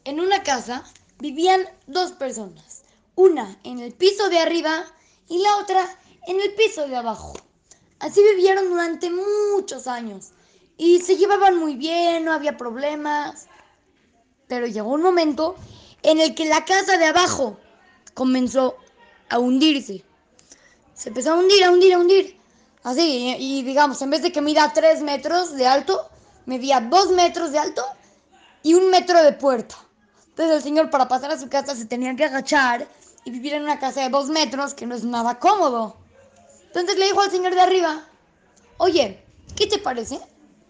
En una casa vivían dos personas, una en el piso de arriba y la otra en el piso de abajo. Así vivieron durante muchos años y se llevaban muy bien, no había problemas. Pero llegó un momento en el que la casa de abajo comenzó a hundirse. Se empezó a hundir, a hundir, a hundir. Así, y digamos, en vez de que mida 3 metros de alto, medía 2 metros de alto y 1 metro de puerta. Entonces el señor para pasar a su casa se tenía que agachar y vivir en una casa de 2 metros que no es nada cómodo. Entonces le dijo al señor de arriba, oye, ¿qué te parece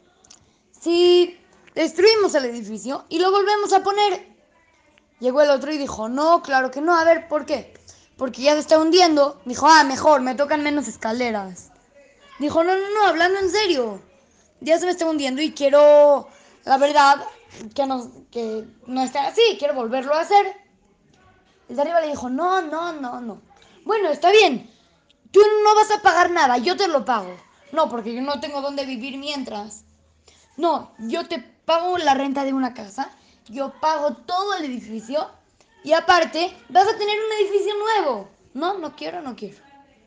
si destruimos el edificio y lo volvemos a poner? Llegó el otro y dijo, no, claro que no, a ver, ¿por qué? Porque ya se está hundiendo. Dijo, mejor, me tocan menos escaleras. Dijo, no, no, no, hablando en serio. Ya se me está hundiendo y quiero, la verdad, que no esté así, quiero volverlo a hacer. El de arriba le dijo, no, no, no, no. Bueno, está bien, tú no vas a pagar nada, yo te lo pago. No, porque yo no tengo dónde vivir mientras. No, yo te pago la renta de una casa, yo pago todo el edificio y aparte vas a tener un edificio nuevo. No, no quiero, no quiero.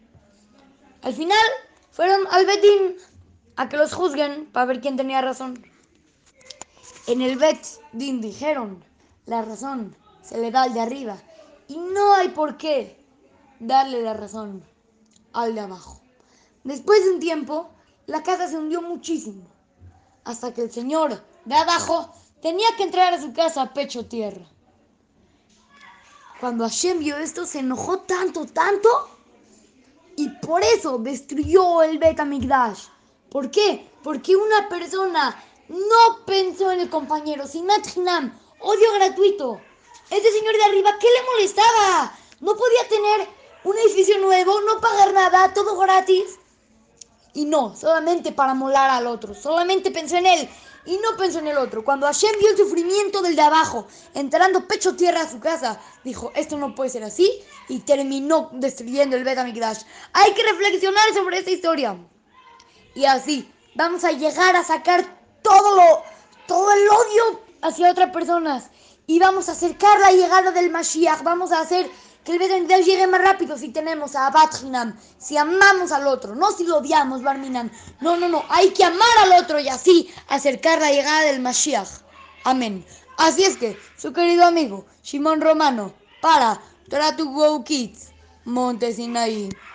Al final fueron al Betín a que los juzguen para ver quién tenía razón. En el Betín dijeron, la razón se le da al de arriba y no hay por qué darle la razón al de abajo. Después de un tiempo, la casa se hundió muchísimo, hasta que el señor de abajo tenía que entrar a su casa a pecho tierra. Cuando Hashem vio esto, se enojó tanto, tanto, y por eso destruyó el Bet HaMikdash. ¿Por qué? Porque una persona no pensó en el compañero, Sinat Hinam, odio gratuito. Este señor de arriba, ¿qué le molestaba? No podía tener un edificio nuevo, no pagar nada, todo gratis. Y no, solamente para molar al otro, solamente pensó en él y no pensó en el otro. Cuando Hashem vio el sufrimiento del de abajo, entrando pecho tierra a su casa, dijo, esto no puede ser así, y terminó destruyendo el Bet HaMikdash. Hay que reflexionar sobre esta historia. Y así, vamos a llegar a sacar todo el odio hacia otras personas. Y vamos a acercar la llegada del Mashiach. Vamos a hacer que el Bet HaMikdash llegue más rápido si tenemos a Abat Hinam. Si amamos al otro, no si lo odiamos, Barminan. No, no, no. Hay que amar al otro y así acercar la llegada del Mashiach. Amén. Así es que, su querido amigo, Shimon Romano, para Torah to Go Kids, Monte Sinaí.